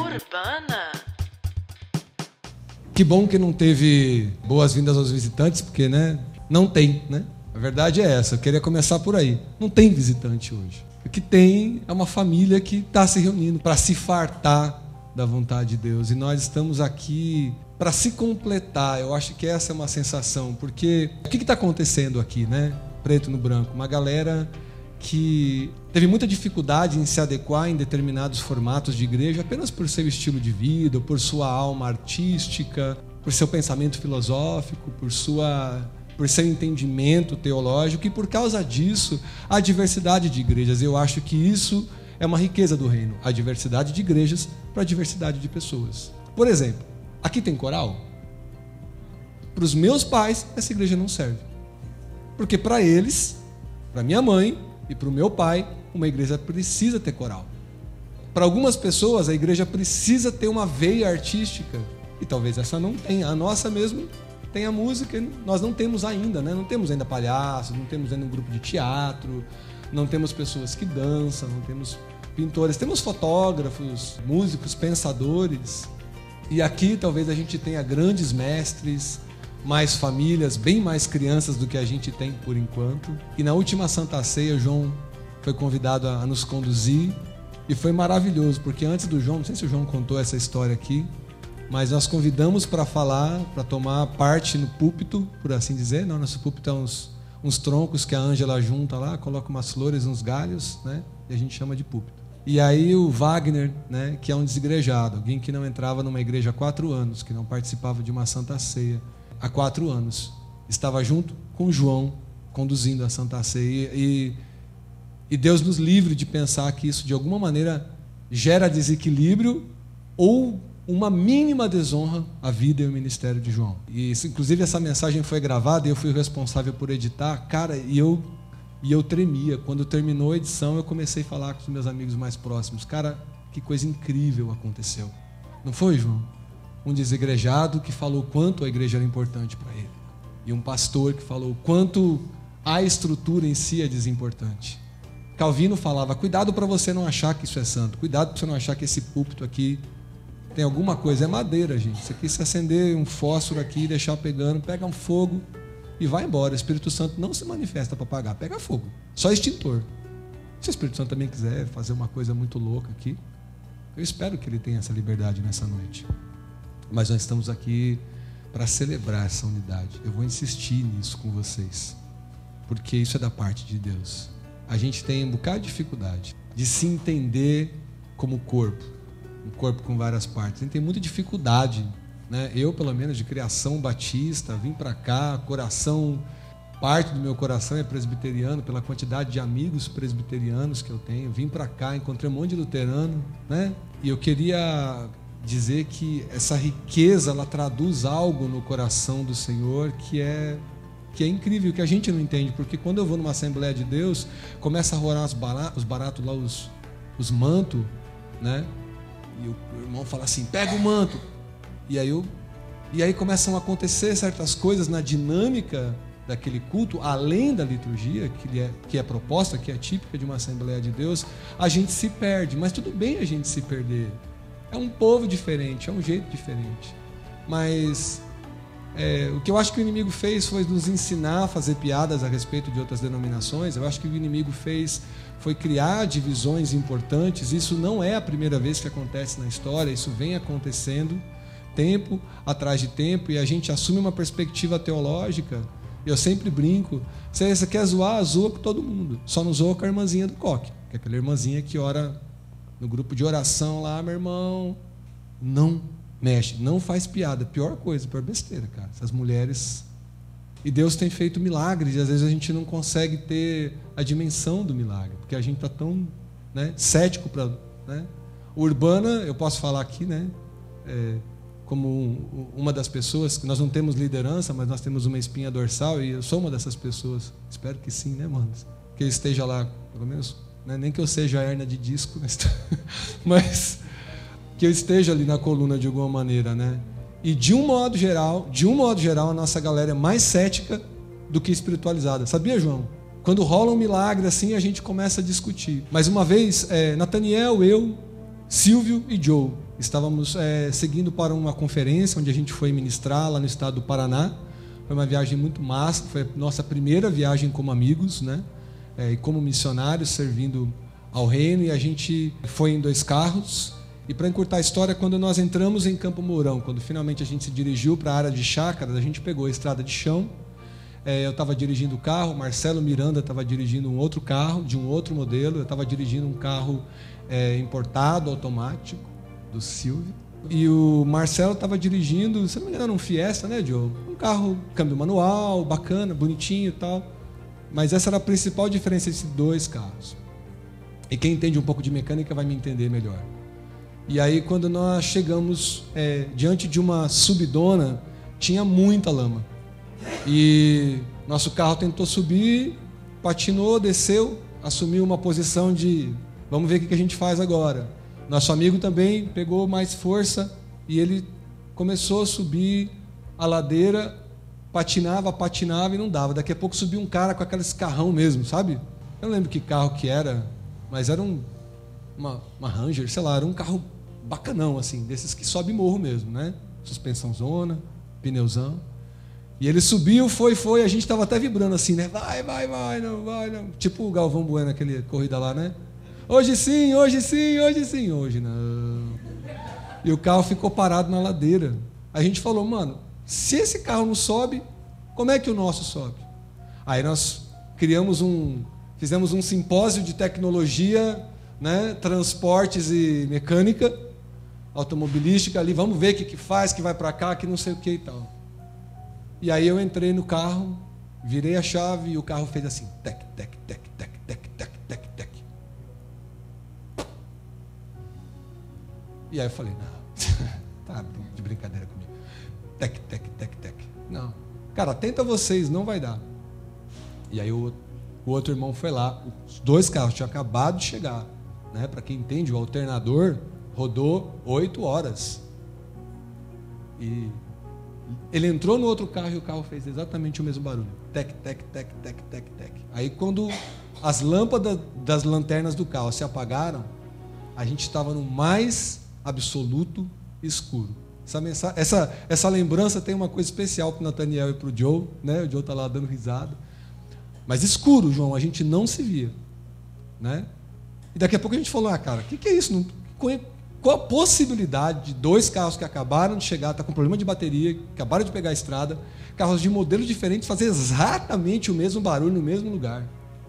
Urbana. Que bom que não teve boas-vindas aos visitantes, porque, não tem, A verdade é essa, eu queria começar por aí. Não tem visitante hoje. O que tem é uma família que está se reunindo para se fartar da vontade de Deus. E nós estamos aqui para se completar. Eu acho que essa é uma sensação, porque o que está acontecendo aqui, Preto no branco? Uma galera que teve muita dificuldade em se adequar em determinados formatos de igreja apenas por seu estilo de vida, por sua alma artística, por seu pensamento filosófico, por seu entendimento teológico, e por causa disso a diversidade de igrejas. Eu acho que isso é uma riqueza do reino, a diversidade de igrejas para a diversidade de pessoas. Por exemplo, aqui tem coral? Para os meus pais, essa igreja não serve. Porque para eles, para minha mãe e para o meu pai, uma igreja precisa ter coral. Para algumas pessoas, a igreja precisa ter uma veia artística. E talvez essa não tenha. A nossa mesmo tem a música, nós não temos ainda, Não temos ainda palhaços, não temos ainda um grupo de teatro, não temos pessoas que dançam, não temos pintores, temos fotógrafos, músicos, pensadores. E aqui talvez a gente tenha grandes mestres, mais famílias, bem mais crianças do que a gente tem por enquanto. E na última Santa Ceia, o João foi convidado a nos conduzir, e foi maravilhoso, porque antes do João, não sei se o João contou essa história aqui, mas nós convidamos para falar, para tomar parte no púlpito, por assim dizer. Não, nosso púlpito é uns troncos que a Ângela junta lá, coloca umas flores, uns galhos, e a gente chama de púlpito. E aí o Wagner, que é um desigrejado, alguém que não entrava numa igreja há 4 anos, que não participava de uma Santa Ceia há 4 anos, estava junto com o João, conduzindo a Santa Ceia. E Deus nos livre de pensar que isso de alguma maneira gera desequilíbrio ou uma mínima desonra à vida e ao ministério de João. E inclusive essa mensagem foi gravada e eu fui responsável por editar, cara, e eu tremia. Quando terminou a edição, eu comecei a falar com os meus amigos mais próximos. Cara, que coisa incrível aconteceu. Não foi, João? Um desigrejado que falou quanto a igreja era importante para ele. E um pastor que falou quanto a estrutura em si é desimportante. Calvino falava, cuidado para você não achar que isso é santo. Cuidado para você não achar que esse púlpito aqui tem alguma coisa. É madeira, gente. Isso aqui, se acender um fósforo aqui, deixar pegando, pega um fogo e vai embora. O Espírito Santo não se manifesta para apagar, pega fogo. Só extintor. Se o Espírito Santo também quiser fazer uma coisa muito louca aqui, eu espero que ele tenha essa liberdade nessa noite. Mas nós estamos aqui para celebrar essa unidade. Eu vou insistir nisso com vocês, porque isso é da parte de Deus. A gente tem um bocado de dificuldade de se entender como corpo, um corpo com várias partes. A gente tem muita dificuldade, Eu, pelo menos, de criação batista, vim para cá, parte do meu coração é presbiteriano, pela quantidade de amigos presbiterianos que eu tenho. Vim para cá, encontrei um monte de luterano, E eu queria dizer que essa riqueza, ela traduz algo no coração do Senhor que é incrível, que a gente não entende, porque quando eu vou numa Assembleia de Deus, começa a rolar os baratos lá, os mantos, E o irmão fala assim, pega o manto. E aí começam a acontecer certas coisas na dinâmica daquele culto, além da liturgia, que é proposta, que é típica de uma Assembleia de Deus. A gente se perde, mas tudo bem a gente se perder. É um povo diferente, é um jeito diferente. Mas o que eu acho que o inimigo fez foi nos ensinar a fazer piadas a respeito de outras denominações. Eu acho que o inimigo fez foi criar divisões importantes. Isso não é a primeira vez que acontece na história, isso vem acontecendo tempo atrás de tempo, e a gente assume uma perspectiva teológica. Eu sempre brinco, você quer zoar, zoa com todo mundo, só não zoa com a irmãzinha do coque, que é aquela irmãzinha que ora no grupo de oração lá, meu irmão, não mexe, não faz piada, pior coisa, pior besteira, cara, essas mulheres. E Deus tem feito milagres, e às vezes a gente não consegue ter a dimensão do milagre, porque a gente está tão cético para. O Urbana, eu posso falar aqui, como uma das pessoas, que nós não temos liderança, mas nós temos uma espinha dorsal, e eu sou uma dessas pessoas, espero que sim, manos? Que eu esteja lá, pelo menos, nem que eu seja a hernia de disco, mas que eu esteja ali na coluna de alguma maneira, E de um modo geral, a nossa galera é mais cética do que espiritualizada. Sabia, João? Quando rola um milagre assim, a gente começa a discutir. Mas uma vez, Nathaniel, eu, Silvio e Joe. Estávamos seguindo para uma conferência onde a gente foi ministrar lá no estado do Paraná. Foi uma viagem muito massa, foi a nossa primeira viagem como amigos, né? E como missionários, servindo ao reino. E a gente foi em 2 carros. E para encurtar a história, quando nós entramos em Campo Mourão, quando finalmente a gente se dirigiu para a área de chácaras, a gente pegou a estrada de chão. Eu estava dirigindo o carro, Marcelo Miranda estava dirigindo um outro carro, de um outro modelo. Eu estava dirigindo um carro importado, automático, do Silvio. E o Marcelo estava dirigindo, se não me engano, era um Fiesta, né, Diogo? Um carro, câmbio manual, bacana, bonitinho e tal. Mas essa era a principal diferença entre 2 carros. E quem entende um pouco de mecânica vai me entender melhor. E aí, quando nós chegamos diante de uma subidona, tinha muita lama. E nosso carro tentou subir, patinou, desceu, assumiu uma posição de vamos ver o que a gente faz agora. Nosso amigo também pegou mais força e ele começou a subir a ladeira, patinava e não dava. Daqui a pouco subiu um cara com aqueles carrão mesmo, sabe? Eu não lembro que carro que era, mas era uma Ranger, sei lá, era um carro bacanão, assim, desses que sobe morro mesmo, né? Suspensão zona, pneuzão. E ele subiu, foi, a gente estava até vibrando assim, né? Vai, não. Tipo o Galvão Bueno, aquele corrida lá, né? Hoje sim, hoje não. E o carro ficou parado na ladeira. A gente falou, mano, se esse carro não sobe, como é que o nosso sobe? Aí nós fizemos um simpósio de tecnologia, né? Transportes e mecânica, automobilística ali, vamos ver o que faz, que vai para cá, que não sei o que e tal. E aí eu entrei no carro, virei a chave e o carro fez assim, tec, tec, tec, tec, tec, tec, tec, tec. E aí eu falei, não, tá de brincadeira comigo. Tec, tec, tec, tec. Não. Cara, tenta vocês, não vai dar. E aí o outro irmão foi lá, os 2 carros tinham acabado de chegar. Né? Para quem entende, o alternador rodou 8 horas. E ele entrou no outro carro e o carro fez exatamente o mesmo barulho. Tec, tec, tec, tec, tec, tec. Aí quando as lâmpadas das lanternas do carro se apagaram, a gente estava no mais absoluto escuro. Essa lembrança tem uma coisa especial para o Nathaniel e para o Joe, né? O Joe está lá dando risada. Mas escuro, João, a gente não se via. Né? E daqui a pouco a gente falou, cara, o que é isso? Qual a possibilidade de 2 carros que acabaram de chegar, tá com problema de bateria, acabaram de pegar a estrada, carros de modelos diferentes, fazer exatamente o mesmo barulho no mesmo lugar?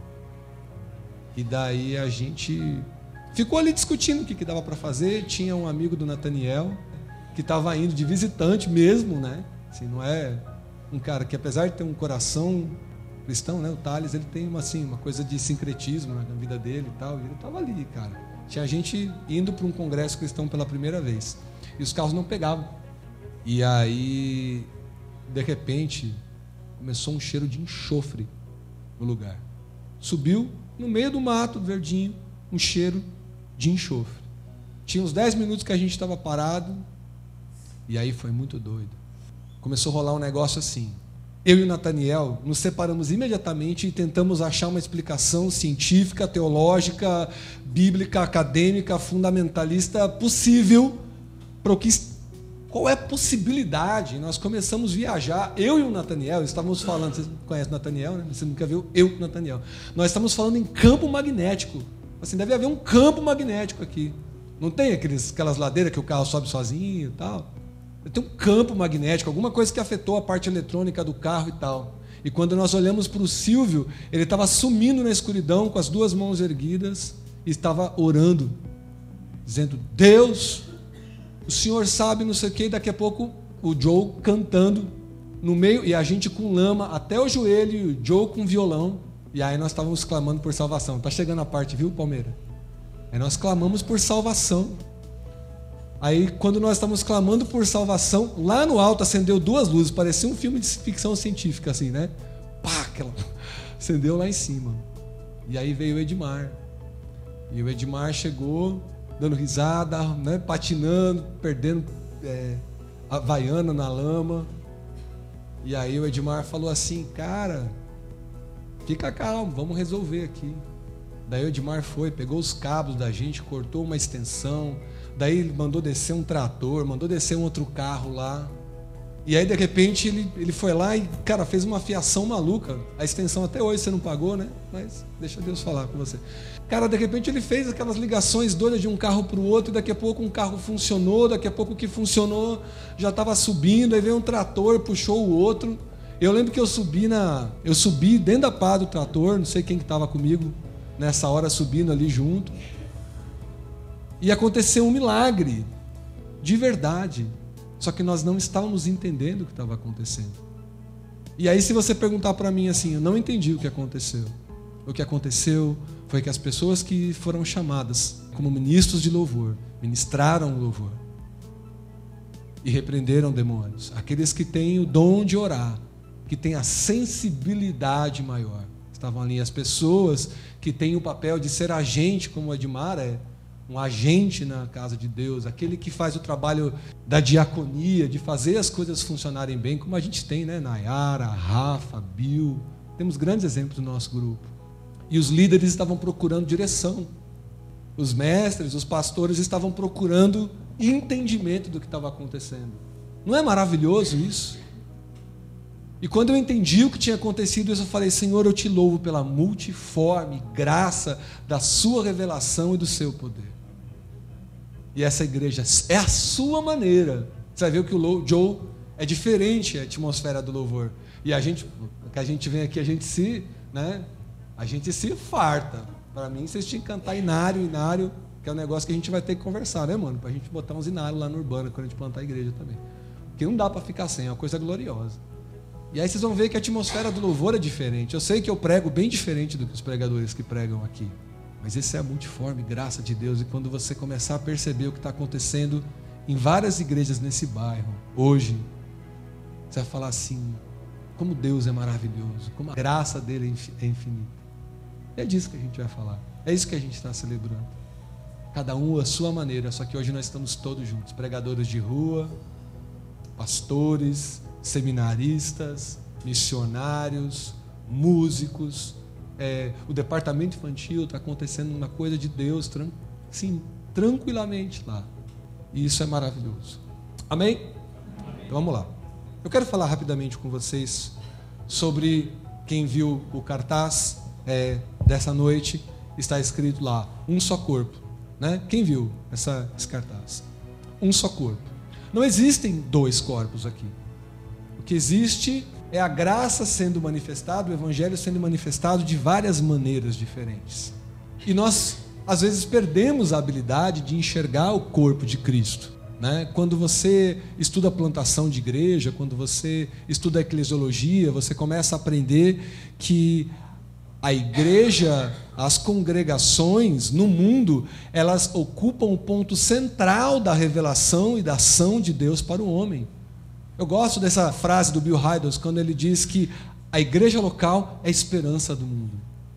E daí a gente ficou ali discutindo o que dava para fazer. Tinha um amigo do Nathaniel que estava indo de visitante mesmo, né? Assim, não é um cara que, apesar de ter um coração cristão, né? O Thales, ele tem uma coisa de sincretismo na vida dele e tal. E ele estava ali, cara. Tinha gente indo para um congresso cristão pela primeira vez. E os carros não pegavam. E aí, de repente, começou um cheiro de enxofre no lugar. Subiu no meio do mato, verdinho, um cheiro de enxofre. Tinha uns 10 minutos que a gente estava parado. E aí foi muito doido. Começou a rolar um negócio assim. Eu e o Nathaniel nos separamos imediatamente e tentamos achar uma explicação científica, teológica, bíblica, acadêmica, fundamentalista possível para qual é a possibilidade. Nós começamos a viajar. Eu e o Nathaniel estávamos falando, vocês conhecem o Nathaniel, né? Você nunca viu eu e o Nathaniel. Nós estamos falando em campo magnético. Assim, deve haver um campo magnético aqui. Não tem aquelas ladeiras que o carro sobe sozinho e tal? Tem um campo magnético, alguma coisa que afetou a parte eletrônica do carro e tal. E quando nós olhamos para o Silvio, ele estava sumindo na escuridão com as 2 mãos erguidas e estava orando, dizendo, Deus, o Senhor sabe não sei o que. E daqui a pouco o Joe cantando no meio, e a gente com lama até o joelho, e o Joe com violão. E aí nós estávamos clamando por salvação. Está chegando a parte, viu, Palmeira? Aí nós clamamos por salvação. Aí, quando nós estávamos clamando por salvação, lá no alto acendeu 2 luzes, parecia um filme de ficção científica, assim, né? Pá, acendeu lá em cima. E aí veio o Edmar. E o Edmar chegou, dando risada, né? Patinando, perdendo a Havaiana na lama. E aí o Edmar falou assim, cara, fica calmo, vamos resolver aqui. Daí o Edmar foi, pegou os cabos da gente, cortou uma extensão, daí ele mandou descer um trator, mandou descer um outro carro lá. E aí, de repente, ele foi lá e, cara, fez uma fiação maluca. A extensão até hoje você não pagou, né? Mas deixa Deus falar com você. Cara, de repente ele fez aquelas ligações doidas de um carro para o outro, e daqui a pouco um carro funcionou, daqui a pouco o que funcionou já estava subindo, aí veio um trator, puxou o outro. Eu lembro que eu subi dentro da pá do trator, não sei quem que estava comigo nessa hora subindo ali junto. E aconteceu um milagre, de verdade. Só que nós não estávamos entendendo o que estava acontecendo. E aí, se você perguntar para mim assim, eu não entendi o que aconteceu. O que aconteceu foi que as pessoas que foram chamadas como ministros de louvor, ministraram o louvor e repreenderam demônios. Aqueles que têm o dom de orar, que têm a sensibilidade maior. Estavam ali as pessoas que têm o papel de ser agente, como o Edmar é, um agente na casa de Deus, aquele que faz o trabalho da diaconia, de fazer as coisas funcionarem bem, como a gente tem, né? Nayara, Rafa, Bill, temos grandes exemplos no nosso grupo. E os líderes estavam procurando direção, os mestres, os pastores estavam procurando entendimento do que estava acontecendo. Não é maravilhoso isso? E quando eu entendi o que tinha acontecido, eu falei, Senhor, eu te louvo pela multiforme graça da sua revelação e do seu poder. E essa igreja é a sua maneira. Você vai ver que o Joe é diferente a atmosfera do louvor. E a gente vem aqui, a gente se farta. Para mim, vocês tinham que cantar inário, que é um negócio que a gente vai ter que conversar, né, mano? Para a gente botar uns inários lá no Urbana, quando a gente plantar a igreja também. Porque não dá para ficar sem, é uma coisa gloriosa. E aí vocês vão ver que a atmosfera do louvor é diferente. Eu sei que eu prego bem diferente do que os pregadores que pregam aqui. Mas essa é a multiforme graça de Deus. E quando você começar a perceber o que está acontecendo em várias igrejas nesse bairro, hoje, você vai falar assim, como Deus é maravilhoso, como a graça dele é infinita. É disso que a gente vai falar. É isso que a gente está celebrando. Cada um a sua maneira, só que hoje nós estamos todos juntos. Pregadores de rua, pastores, seminaristas, missionários, músicos, o departamento infantil está acontecendo uma coisa de Deus, tranquilamente lá. E isso é maravilhoso. Amém? Então vamos lá. Eu quero falar rapidamente com vocês sobre quem viu o cartaz dessa noite. Está escrito lá, um só corpo. Né? Quem viu esse cartaz? Um só corpo. Não existem dois corpos aqui. O que existe é a graça sendo manifestada, o evangelho sendo manifestado de várias maneiras diferentes. E nós, às vezes, perdemos a habilidade de enxergar o corpo de Cristo. Né? Quando você estuda a plantação de igreja, quando você estuda a eclesiologia, você começa a aprender que a igreja, as congregações no mundo, elas ocupam o ponto central da revelação e da ação de Deus para o homem. Eu gosto dessa frase do Bill Hybels, quando ele diz que a igreja local é a esperança do mundo.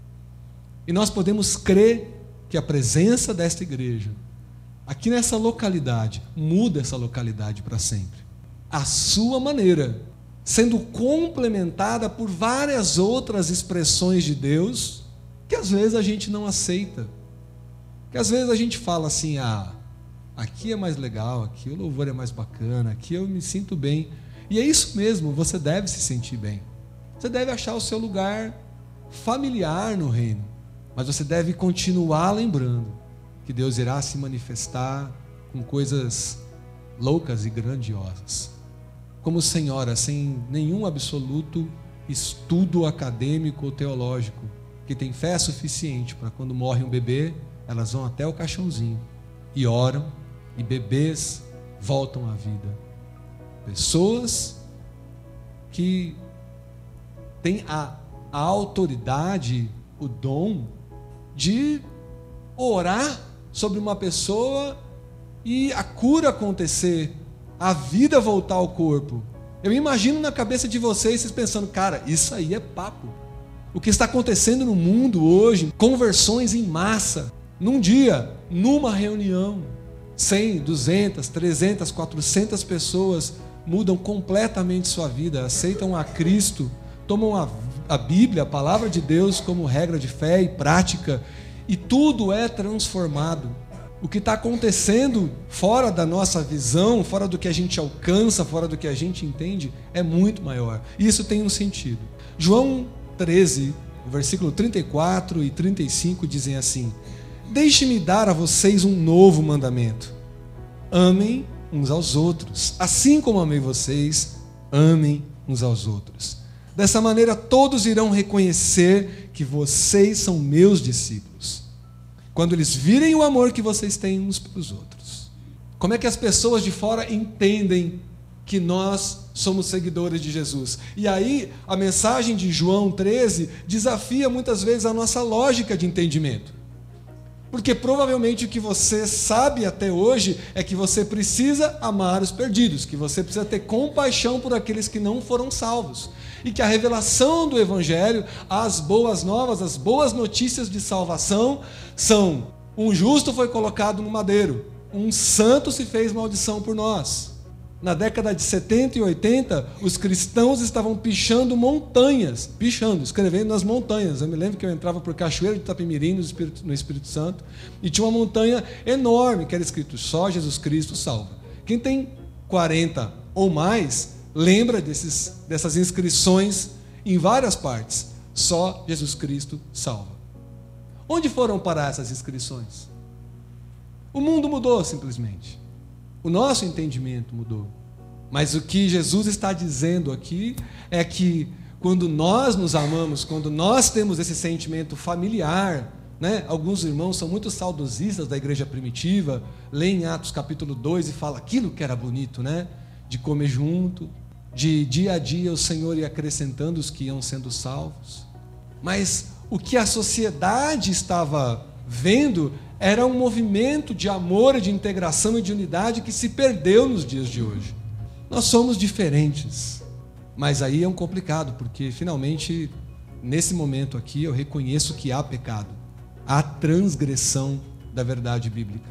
E nós podemos crer que a presença desta igreja, aqui nessa localidade, muda essa localidade para sempre. A sua maneira, sendo complementada por várias outras expressões de Deus, que às vezes a gente não aceita. Que às vezes a gente fala assim, aqui é mais legal, aqui o louvor é mais bacana, aqui eu me sinto bem. E é isso mesmo, você deve se sentir bem. Você deve achar o seu lugar familiar no reino. Mas você deve continuar lembrando que Deus irá se manifestar com coisas loucas e grandiosas. Como senhora, sem nenhum absoluto estudo acadêmico ou teológico, que tem fé suficiente para quando morre um bebê, elas vão até o caixãozinho e oram, e bebês voltam à vida. Pessoas que têm a autoridade, o dom de orar sobre uma pessoa e a cura acontecer, a vida voltar ao corpo. Eu imagino na cabeça de vocês pensando, cara, isso aí é papo. O que está acontecendo no mundo hoje, conversões em massa, num dia, numa reunião, 100, 200, 300, 400 pessoas mudam completamente sua vida, aceitam a Cristo, tomam a Bíblia, a palavra de Deus como regra de fé e prática, e tudo é transformado. O que está acontecendo fora da nossa visão, fora do que a gente alcança, fora do que a gente entende, é muito maior. E isso tem um sentido. João 13, versículo 34 e 35 dizem assim: deixe-me dar a vocês um novo mandamento. Amem uns aos outros. Assim como amei vocês, amem uns aos outros. Dessa maneira todos irão reconhecer que vocês são meus discípulos, quando eles virem o amor que vocês têm uns pelos outros. Como é que as pessoas de fora entendem que nós somos seguidores de Jesus? E aí a mensagem de João 13 desafia muitas vezes a nossa lógica de entendimento. Porque provavelmente o que você sabe até hoje é que você precisa amar os perdidos, que você precisa ter compaixão por aqueles que não foram salvos. E que a revelação do Evangelho, as boas novas, as boas notícias de salvação são: um justo foi colocado no madeiro, um santo se fez maldição por nós. Na década de 70 e 80, os cristãos estavam pichando montanhas, escrevendo nas montanhas. Eu me lembro que eu entrava por Cachoeiro de Itapemirim, no Espírito Santo, e tinha uma montanha enorme que era escrito: só Jesus Cristo salva. Quem tem 40 ou mais lembra dessas inscrições em várias partes: só Jesus Cristo salva. Onde foram parar essas inscrições? O mundo mudou simplesmente. O nosso entendimento mudou. Mas o que Jesus está dizendo aqui é que quando nós nos amamos, quando nós temos esse sentimento familiar, né? Alguns irmãos são muito saudosistas da igreja primitiva, leem Atos capítulo 2 e falam aquilo que era bonito, né? De comer junto, de dia a dia o Senhor ia acrescentando os que iam sendo salvos. Mas o que a sociedade estava vendo era um movimento de amor, de integração e de unidade que se perdeu nos dias de hoje. Nós somos diferentes, mas aí é um complicado, porque finalmente, nesse momento aqui, eu reconheço que há pecado, há transgressão da verdade bíblica.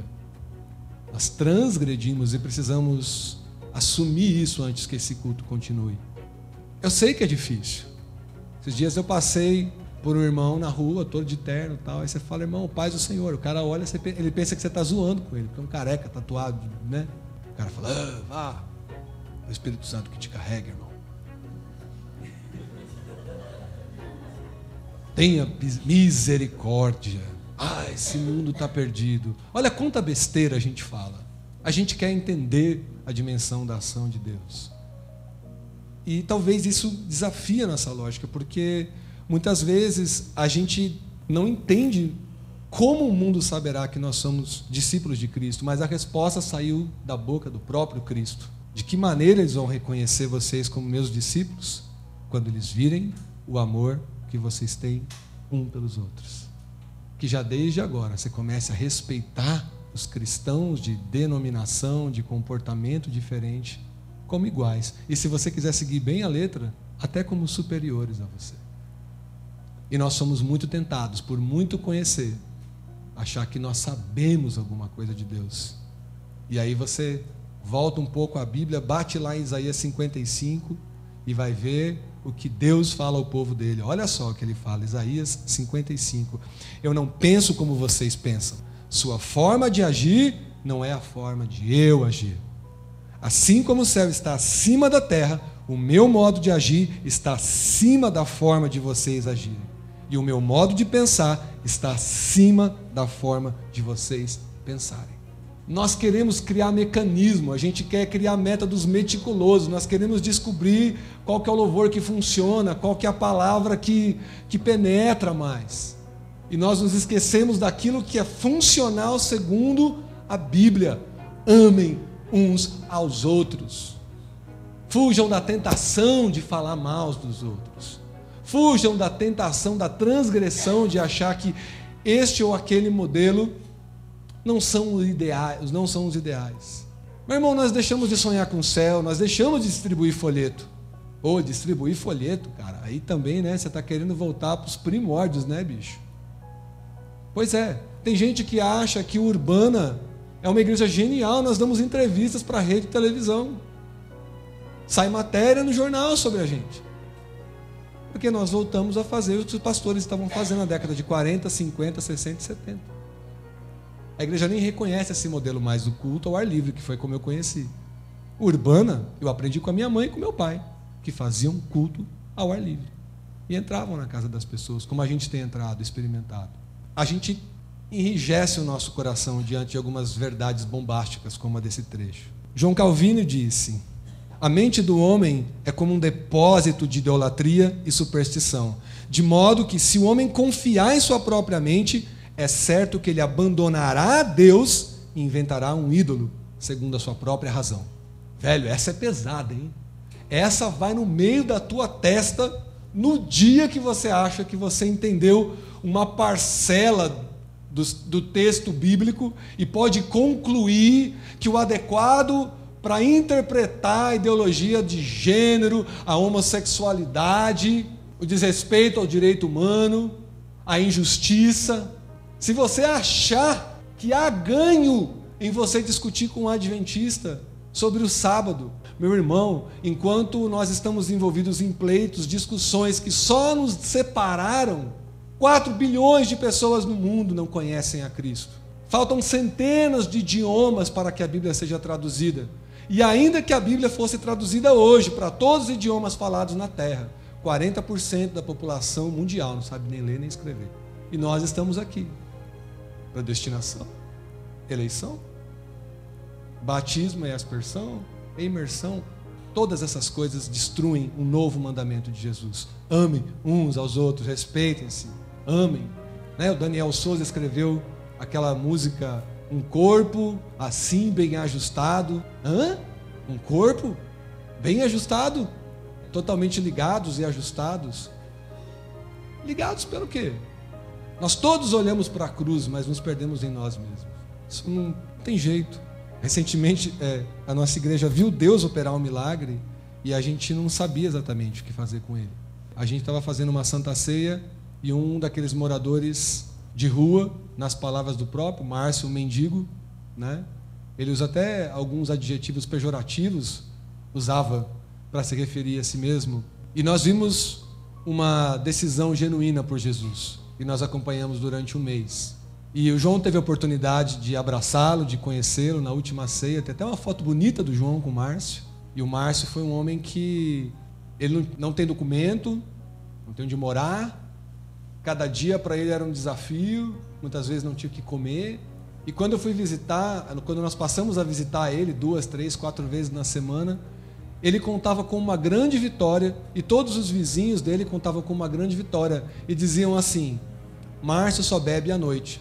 Nós transgredimos e precisamos assumir isso antes que esse culto continue. Eu sei que é difícil. Esses dias eu passei por um irmão na rua, todo de terno e tal, aí você fala: irmão, paz do Senhor. O cara olha, ele pensa que você está zoando com ele, porque é um careca tatuado, né? O cara fala: vá, o Espírito Santo que te carrega, irmão. Tenha misericórdia. Esse mundo está perdido. Olha quanta besteira a gente fala. A gente quer entender a dimensão da ação de Deus. E talvez isso desafie a nossa lógica, porque muitas vezes a gente não entende como o mundo saberá que nós somos discípulos de Cristo, mas a resposta saiu da boca do próprio Cristo. De que maneira eles vão reconhecer vocês como meus discípulos? Quando eles virem o amor que vocês têm um pelos outros. Que já desde agora você comece a respeitar os cristãos de denominação, de comportamento diferente, como iguais. E se você quiser seguir bem a letra, até como superiores a você. E nós somos muito tentados, por muito conhecer, achar que nós sabemos alguma coisa de Deus. E aí você volta um pouco à Bíblia, bate lá em Isaías 55 e vai ver o que Deus fala ao povo dele. Olha só o que ele fala, Isaías 55. Eu não penso como vocês pensam. Sua forma de agir não é a forma de eu agir. Assim como o céu está acima da terra, o meu modo de agir está acima da forma de vocês agirem. E o meu modo de pensar está acima da forma de vocês pensarem. Nós queremos criar mecanismo, a gente quer criar métodos meticulosos, nós queremos descobrir qual que é o louvor que funciona, qual que é a palavra que penetra mais. E nós nos esquecemos daquilo que é funcional segundo a Bíblia. Amem uns aos outros. Fujam da tentação de falar mal dos outros. Fujam da tentação, da transgressão de achar que este ou aquele modelo não são os ideais. Meu irmão, nós deixamos de sonhar com o céu, nós deixamos de distribuir folheto. Distribuir folheto, cara, aí também, né, você está querendo voltar para os primórdios, né, bicho? Pois é, tem gente que acha que o Urbana é uma igreja genial, nós damos entrevistas para a rede de televisão. Sai matéria no jornal sobre a gente. Porque nós voltamos a fazer o que os pastores estavam fazendo na década de 40, 50, 60 e 70. A igreja nem reconhece esse modelo mais do culto ao ar livre, que foi como eu conheci. Urbana, eu aprendi com a minha mãe e com meu pai, que faziam culto ao ar livre. E entravam na casa das pessoas, como a gente tem entrado, experimentado. A gente enrijece o nosso coração diante de algumas verdades bombásticas, como a desse trecho. João Calvino disse: a mente do homem é como um depósito de idolatria e superstição, de modo que, se o homem confiar em sua própria mente, é certo que ele abandonará a Deus e inventará um ídolo, segundo a sua própria razão. Velho, essa é pesada, hein? Essa vai no meio da tua testa no dia que você acha que você entendeu uma parcela do texto bíblico e pode concluir que o adequado para interpretar a ideologia de gênero, a homossexualidade, o desrespeito ao direito humano, a injustiça. Se você achar que há ganho em você discutir com um adventista sobre o sábado, meu irmão, enquanto nós estamos envolvidos em pleitos, discussões que só nos separaram, 4 bilhões de pessoas no mundo não conhecem a Cristo. Faltam centenas de idiomas para que a Bíblia seja traduzida. E ainda que a Bíblia fosse traduzida hoje para todos os idiomas falados na Terra, 40% da população mundial não sabe nem ler nem escrever. E nós estamos aqui. Predestinação, eleição, batismo e aspersão, imersão, todas essas coisas destruem um novo mandamento de Jesus. Amem uns aos outros, respeitem-se, amem. O Daniel Souza escreveu aquela música, um corpo assim bem ajustado. Um corpo bem ajustado, totalmente ligados e ajustados. Ligados pelo quê? Nós todos olhamos para a cruz, mas nos perdemos em nós mesmos. Isso não tem jeito. Recentemente, a nossa igreja viu Deus operar um milagre e a gente não sabia exatamente o que fazer com ele. A gente estava fazendo uma santa ceia e um daqueles moradores de rua, nas palavras do próprio Márcio, mendigo, ele usa até alguns adjetivos pejorativos, usava para se referir a si mesmo. E nós vimos uma decisão genuína por Jesus. E nós acompanhamos durante um mês. E o João teve a oportunidade de abraçá-lo, de conhecê-lo na última ceia. Tem até uma foto bonita do João com o Márcio. E o Márcio foi um homem que ele não tem documento, não tem onde morar. Cada dia para ele era um desafio. Muitas vezes não tinha o que comer. E quando eu fui visitar, quando nós passamos a visitar ele 2, 3, 4 vezes na semana, ele contava com uma grande vitória, e todos os vizinhos dele contavam com uma grande vitória, e diziam assim: Márcio só bebe à noite.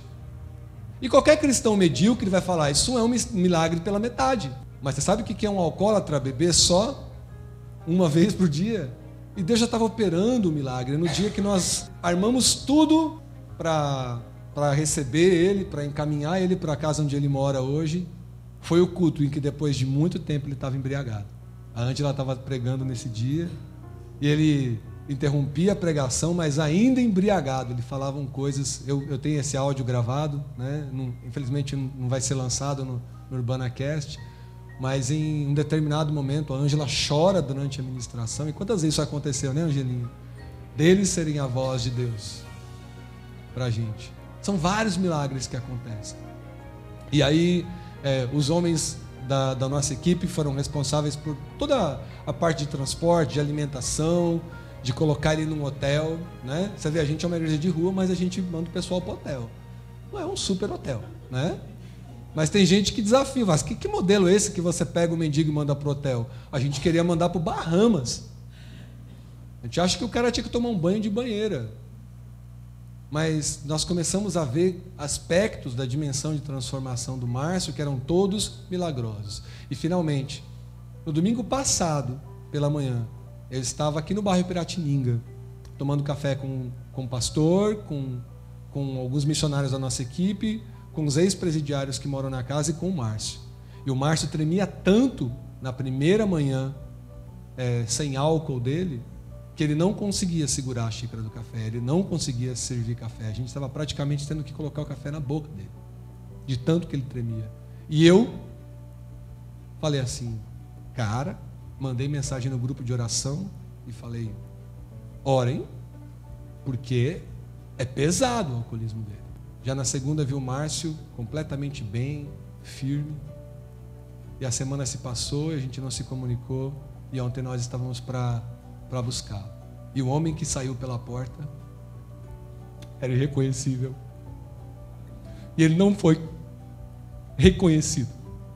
E qualquer cristão medíocre vai falar: isso é um milagre pela metade. Mas você sabe o que é um alcoólatra beber só uma vez por dia? E Deus já estava operando o milagre. No dia que nós armamos tudo para receber ele, para encaminhar ele para a casa onde ele mora hoje, foi o culto em que depois de muito tempo ele estava embriagado. A Ângela estava pregando nesse dia e ele interrompia a pregação, mas ainda embriagado. Ele falava coisas, eu tenho esse áudio gravado, infelizmente não vai ser lançado no UrbanaCast, mas em um determinado momento a Ângela chora durante a ministração. E quantas vezes isso aconteceu, né, Angelinha? Deles serem a voz de Deus para a gente. São vários milagres que acontecem. E aí os homens da nossa equipe foram responsáveis por toda a parte de transporte, de alimentação, de colocar ele num hotel, Você vê, a gente é uma igreja de rua, mas a gente manda o pessoal para o hotel. Não é um super hotel, Mas tem gente que desafia: mas que modelo é esse que você pega o mendigo e manda para o hotel? A gente queria mandar para o Bahamas. A gente acha que o cara tinha que tomar um banho de banheira. Mas nós começamos a ver aspectos da dimensão de transformação do Márcio que eram todos milagrosos. E finalmente, no domingo passado, pela manhã, eu estava aqui no bairro Piratininga, tomando café com o pastor, com alguns missionários da nossa equipe, com os ex-presidiários que moram na casa e com o Márcio. E o Márcio tremia tanto na primeira manhã, sem álcool dele, que ele não conseguia segurar a xícara do café, ele não conseguia servir café. A gente estava praticamente tendo que colocar o café na boca dele, de tanto que ele tremia. E eu falei assim: cara, mandei mensagem no grupo de oração e falei: Orem, porque é pesado o alcoolismo dele. Já na segunda viu o Márcio completamente bem, firme. E a semana se passou e a gente não se comunicou. E ontem nós estávamos para buscar. E o homem que saiu pela porta era irreconhecível. E ele não foi reconhecido.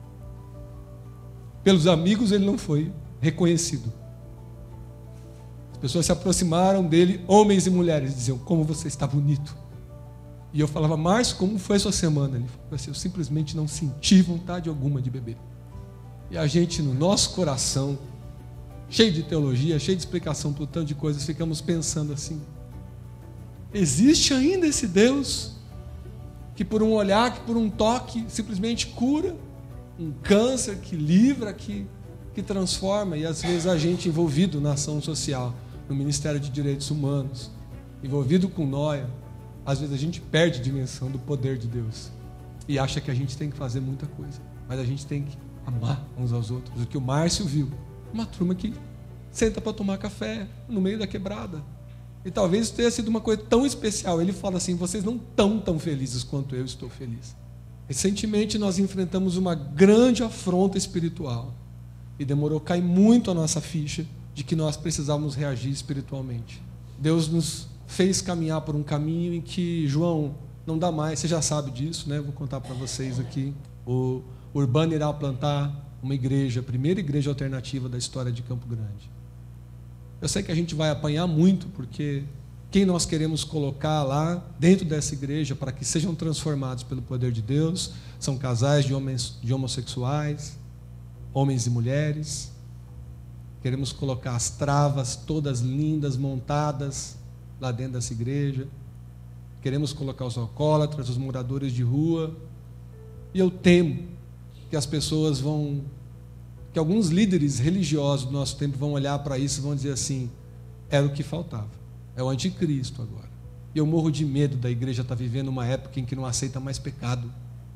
Pelos amigos ele não foi reconhecido. As pessoas se aproximaram dele, homens e mulheres, diziam: como você está bonito. E eu falava: Márcio, como foi a sua semana? Ele falou assim: eu simplesmente não senti vontade alguma de beber. E a gente, no nosso coração, cheio de teologia, cheio de explicação por tanto de coisas, ficamos pensando assim: existe ainda esse Deus que por um olhar, que por um toque, simplesmente cura um câncer, que livra, que transforma. E às vezes a gente envolvido na ação social, no Ministério de Direitos Humanos, envolvido com Noia, às vezes a gente perde a dimensão do poder de Deus e acha que a gente tem que fazer muita coisa, mas a gente tem que amar uns aos outros. O que o Márcio viu, uma turma que senta para tomar café no meio da quebrada. E talvez isso tenha sido uma coisa tão especial. Ele fala assim: vocês não estão tão felizes quanto eu estou feliz. Recentemente nós enfrentamos uma grande afronta espiritual e demorou a cair muito a nossa ficha de que nós precisávamos reagir espiritualmente. Deus nos fez caminhar por um caminho em que, João, não dá mais, você já sabe disso, né? Vou contar para vocês aqui. O Urbano irá plantar uma igreja, a primeira igreja alternativa da história de Campo Grande. Eu sei que a gente vai apanhar muito, porque quem nós queremos colocar lá dentro dessa igreja para que sejam transformados pelo poder de Deus são casais de homossexuais, homens e mulheres. Queremos colocar as travas todas lindas, montadas lá dentro dessa igreja. Queremos colocar os alcoólatras, os moradores de rua. E eu temo que as pessoas que alguns líderes religiosos do nosso tempo vão olhar para isso e vão dizer assim: era o que faltava, é o anticristo agora. E eu morro de medo da igreja estar vivendo uma época em que não aceita mais pecado.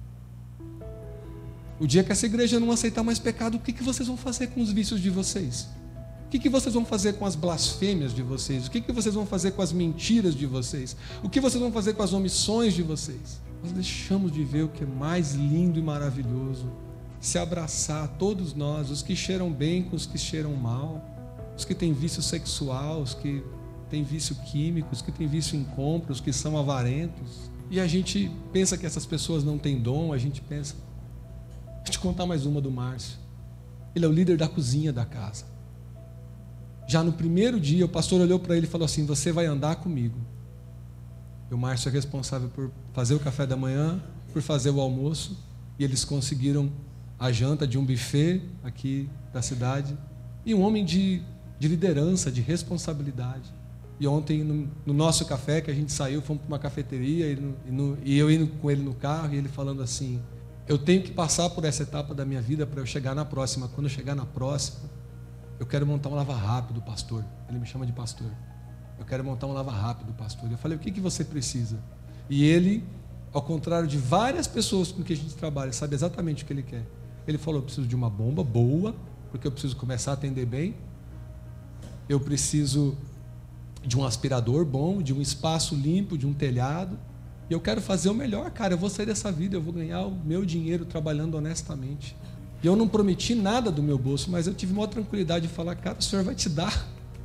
O dia que essa igreja não aceitar mais pecado, o que vocês vão fazer com os vícios de vocês? O que vocês vão fazer com as blasfêmias de vocês? O que vocês vão fazer com as mentiras de vocês? O que vocês vão fazer com as omissões de vocês? Nós deixamos de ver o que é mais lindo e maravilhoso: se abraçar, todos nós, os que cheiram bem com os que cheiram mal, os que têm vício sexual, os que têm vício químico, os que têm vício em compra, os que são avarentos. E a gente pensa que essas pessoas não têm dom. A gente pensa... Vou te contar mais uma do Márcio. Ele é o líder da cozinha da casa. Já no primeiro dia, o pastor olhou para ele e falou assim: você vai andar comigo. E o Márcio é responsável por fazer o café da manhã, por fazer o almoço, e eles conseguiram a janta de um buffet aqui da cidade. E um homem de liderança, de responsabilidade. E ontem, no nosso café, que a gente saiu, fomos para uma cafeteria, e eu indo com ele no carro, e ele falando assim: eu tenho que passar por essa etapa da minha vida para eu chegar na próxima. Quando eu chegar na próxima, eu quero montar um lava-rápido, pastor. Ele me chama de pastor. Eu quero montar um lava-rápido, pastor. Eu falei: o que você precisa? E ele, ao contrário de várias pessoas com que a gente trabalha, sabe exatamente o que ele quer. Ele falou: eu preciso de uma bomba boa, porque eu preciso começar a atender bem. Eu preciso de um aspirador bom, de um espaço limpo, de um telhado. E eu quero fazer o melhor, cara. Eu vou sair dessa vida, eu vou ganhar o meu dinheiro trabalhando honestamente. E eu não prometi nada do meu bolso, mas eu tive uma tranquilidade de falar: cara, o Senhor vai te dar.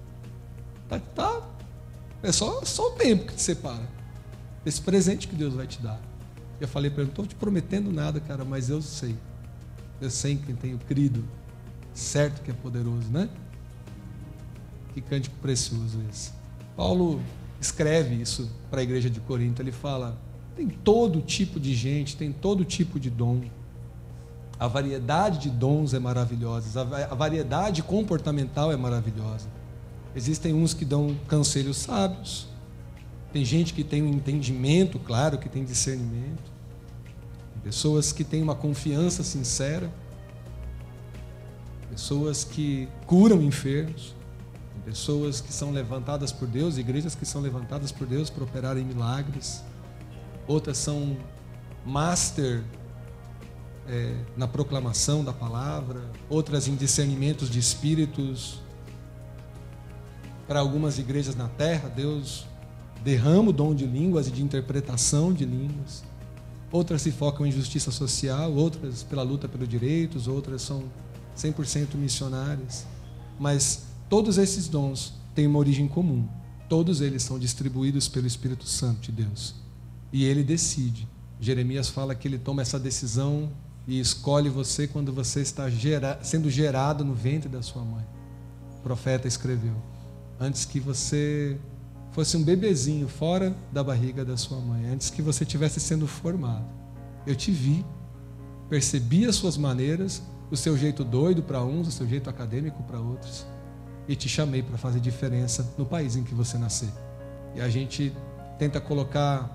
É só o tempo que te separa. Esse presente que Deus vai te dar. Eu falei para ele: não estou te prometendo nada, cara, mas eu sei. Eu sei em quem tenho crido. Certo que é poderoso, né? Que cântico precioso esse. Paulo escreve isso para a igreja de Corinto. Ele fala: tem todo tipo de gente, tem todo tipo de dom. A variedade de dons é maravilhosa. A variedade comportamental é maravilhosa. Existem uns que dão conselhos sábios. Tem gente que tem um entendimento, claro, que tem discernimento. Tem pessoas que têm uma confiança sincera. Pessoas que curam enfermos. Tem pessoas que são levantadas por Deus, igrejas que são levantadas por Deus para operarem milagres. Outras são master na proclamação da palavra. Outras em discernimentos de espíritos. para algumas igrejas na terra, Deus derrama o dom de línguas e de interpretação de línguas. Outras se focam em justiça social, outras pela luta pelos direitos, outras são 100% missionárias. Mas todos esses dons têm uma origem comum. Todos eles são distribuídos pelo Espírito Santo de Deus. E Ele decide. Jeremias fala que Ele toma essa decisão e escolhe você quando você está sendo gerado no ventre da sua mãe. O profeta escreveu: antes que você fosse um bebezinho fora da barriga da sua mãe, antes que você estivesse sendo formado, eu te vi, percebi as suas maneiras, o seu jeito doido para uns, o seu jeito acadêmico para outros, e te chamei para fazer diferença no país em que você nascer. E a gente tenta colocar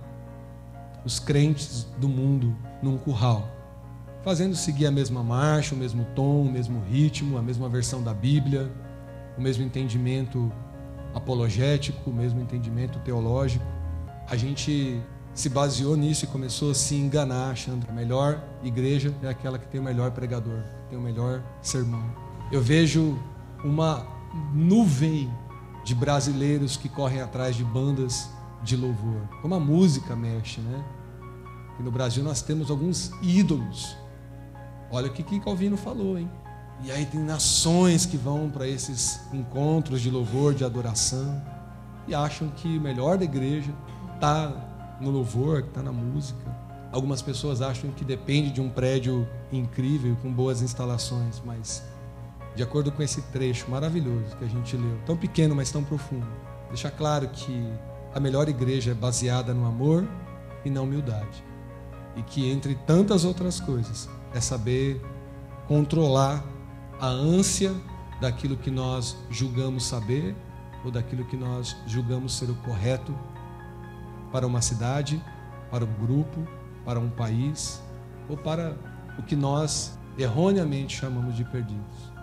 os crentes do mundo num curral, fazendo seguir a mesma marcha, o mesmo tom, o mesmo ritmo, a mesma versão da Bíblia, o mesmo entendimento apologético, o mesmo entendimento teológico. A gente se baseou nisso e começou a se enganar, achando que a melhor igreja é aquela que tem o melhor pregador, que tem o melhor sermão. Eu vejo uma nuvem de brasileiros que correm atrás de bandas de louvor. Como a música mexe, né? E no Brasil nós temos alguns ídolos. Olha o que Calvino falou, hein? E aí tem nações que vão para esses encontros de louvor, de adoração, e acham que o melhor da igreja está no louvor, que está na música. Algumas pessoas acham que depende de um prédio incrível, com boas instalações, mas de acordo com esse trecho maravilhoso que a gente leu, tão pequeno, mas tão profundo, deixa claro que a melhor igreja é baseada no amor e na humildade. E que, entre tantas outras coisas, é saber controlar a ânsia daquilo que nós julgamos saber ou daquilo que nós julgamos ser o correto para uma cidade, para um grupo, para um país ou para o que nós erroneamente chamamos de perdidos.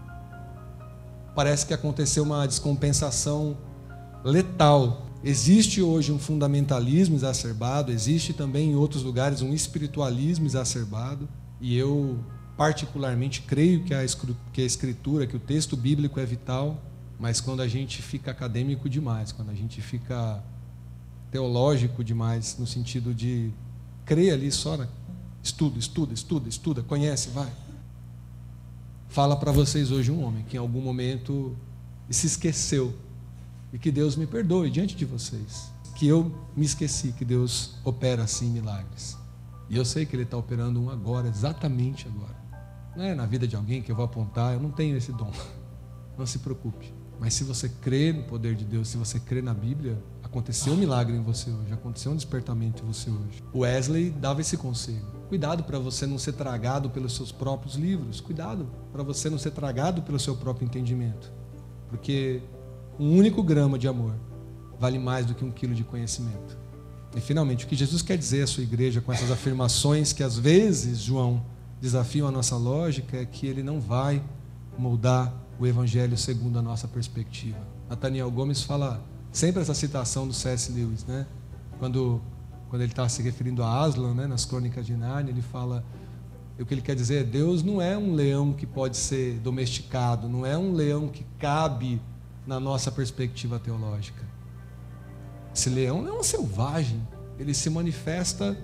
Parece que aconteceu uma descompensação letal. Existe hoje um fundamentalismo exacerbado, existe também em outros lugares um espiritualismo exacerbado, e eu particularmente creio que a escritura, que o texto bíblico é vital, mas quando a gente fica acadêmico demais, quando a gente fica teológico demais, no sentido de crer ali só, estuda, conhece, vai. Fala para vocês hoje um homem que em algum momento se esqueceu, e que Deus me perdoe diante de vocês, que eu me esqueci que Deus opera assim milagres. E eu sei que Ele está operando um agora, exatamente agora. Não é na vida de alguém que eu vou apontar, eu não tenho esse dom. Não se preocupe. Mas se você crê no poder de Deus, se você crê na Bíblia, aconteceu um milagre em você hoje, aconteceu um despertamento em você hoje. O Wesley dava esse conselho: cuidado para você não ser tragado pelos seus próprios livros, cuidado para você não ser tragado pelo seu próprio entendimento, porque um único grama de amor vale mais do que 1 quilo de conhecimento. E finalmente, o que Jesus quer dizer à sua igreja com essas afirmações que às vezes, João, desafiam a nossa lógica, é que Ele não vai moldar o Evangelho segundo a nossa perspectiva. Nathaniel Gomes fala sempre essa citação do C.S. Lewis, né? Quando ele está se referindo a Aslan, né? Nas Crônicas de Nárnia, ele fala, o que ele quer dizer é: Deus não é um leão que pode ser domesticado, não é um leão que cabe na nossa perspectiva teológica. Esse leão não é um selvagem, ele se manifesta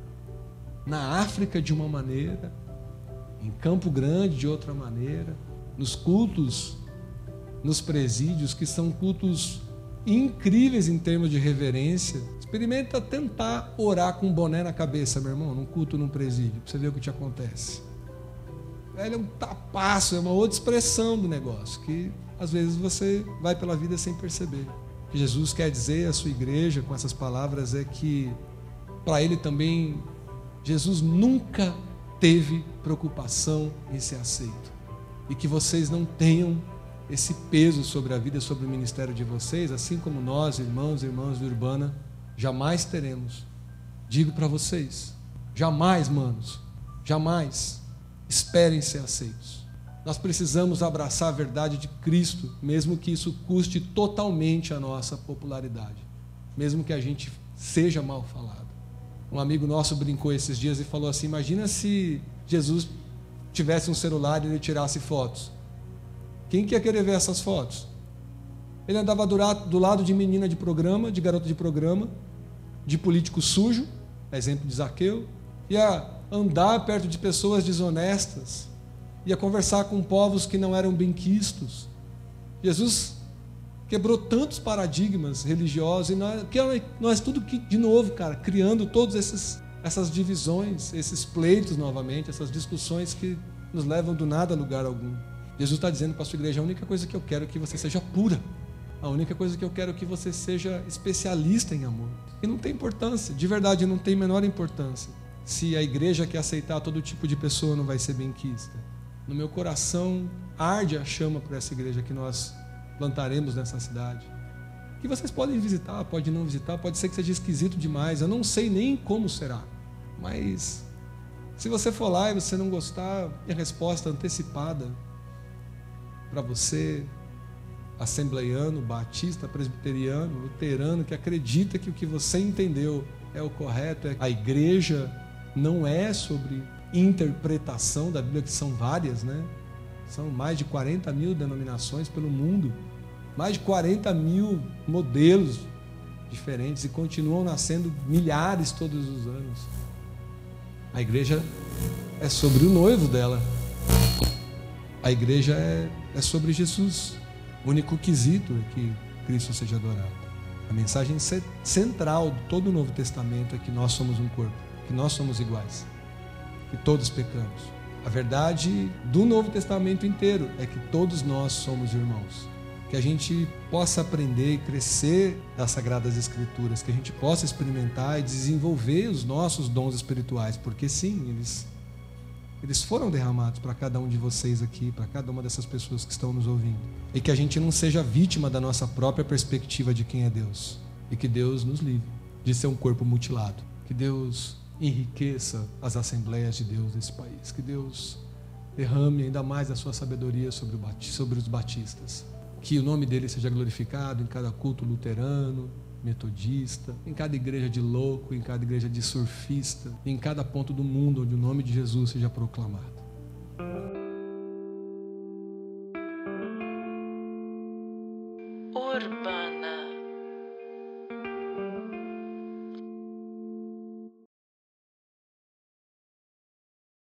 na África de uma maneira, em Campo Grande de outra maneira, nos cultos, nos presídios, que são cultos incríveis em termos de reverência. Experimenta tentar orar com um boné na cabeça, meu irmão, num culto, num presídio, para você ver o que te acontece. Ele é um tapaço, é uma outra expressão do negócio, que às vezes você vai pela vida sem perceber. O que Jesus quer dizer à sua igreja com essas palavras é que, para Ele também, Jesus nunca teve preocupação em ser aceito. E que vocês não tenham esse peso sobre a vida, sobre o ministério de vocês, assim como nós, irmãos e irmãs do Urbana, jamais teremos. Digo para vocês, jamais, manos, jamais esperem ser aceitos. Nós precisamos abraçar a verdade de Cristo, mesmo que isso custe totalmente a nossa popularidade, mesmo que a gente seja mal falado. Um amigo nosso brincou esses dias e falou assim: imagina se Jesus tivesse um celular e ele tirasse fotos. Quem que ia querer ver essas fotos? Ele andava do lado de menina de programa, de garota de programa, de político sujo, exemplo de Zaqueu. Ia andar perto de pessoas desonestas. Ia conversar com povos que não eram benquistos. Jesus quebrou tantos paradigmas religiosos, e nós tudo que, de novo, cara, criando todas essas divisões, esses pleitos novamente, essas discussões que nos levam do nada a lugar algum. Jesus está dizendo para a sua igreja: a única coisa que eu quero é que você seja pura. A única coisa que eu quero é que você seja especialista em amor. E não tem importância, de verdade, não tem menor importância se a igreja quer aceitar todo tipo de pessoa, não vai ser benquista. No meu coração arde a chama por essa igreja que nós plantaremos nessa cidade. Que vocês podem visitar, pode não visitar, pode ser que seja esquisito demais, eu não sei nem como será. Mas se você for lá e você não gostar, a resposta antecipada para você, assembleiano, batista, presbiteriano, luterano, que acredita que o que você entendeu é o correto, a igreja não é sobre interpretação da Bíblia, que são várias, né? São mais de 40 mil denominações pelo mundo, mais de 40 mil modelos diferentes, e continuam nascendo milhares todos os anos. A igreja é sobre o noivo dela. A igreja é sobre Jesus. O único quesito é que Cristo seja adorado. A mensagem central de todo o Novo Testamento é que nós somos um corpo, que nós somos iguais, que todos pecamos. A verdade do Novo Testamento inteiro é que todos nós somos irmãos. Que a gente possa aprender e crescer das Sagradas Escrituras, que a gente possa experimentar e desenvolver os nossos dons espirituais, porque sim, eles foram derramados para cada um de vocês aqui, para cada uma dessas pessoas que estão nos ouvindo. E que a gente não seja vítima da nossa própria perspectiva de quem é Deus. E que Deus nos livre de ser um corpo mutilado. Que Deus enriqueça as assembleias de Deus nesse país. Que Deus derrame ainda mais a sua sabedoria sobre os batistas. Que o nome dele seja glorificado em cada culto luterano, metodista, em cada igreja de louco, em cada igreja de surfista, em cada ponto do mundo onde o nome de Jesus seja proclamado. Urbana.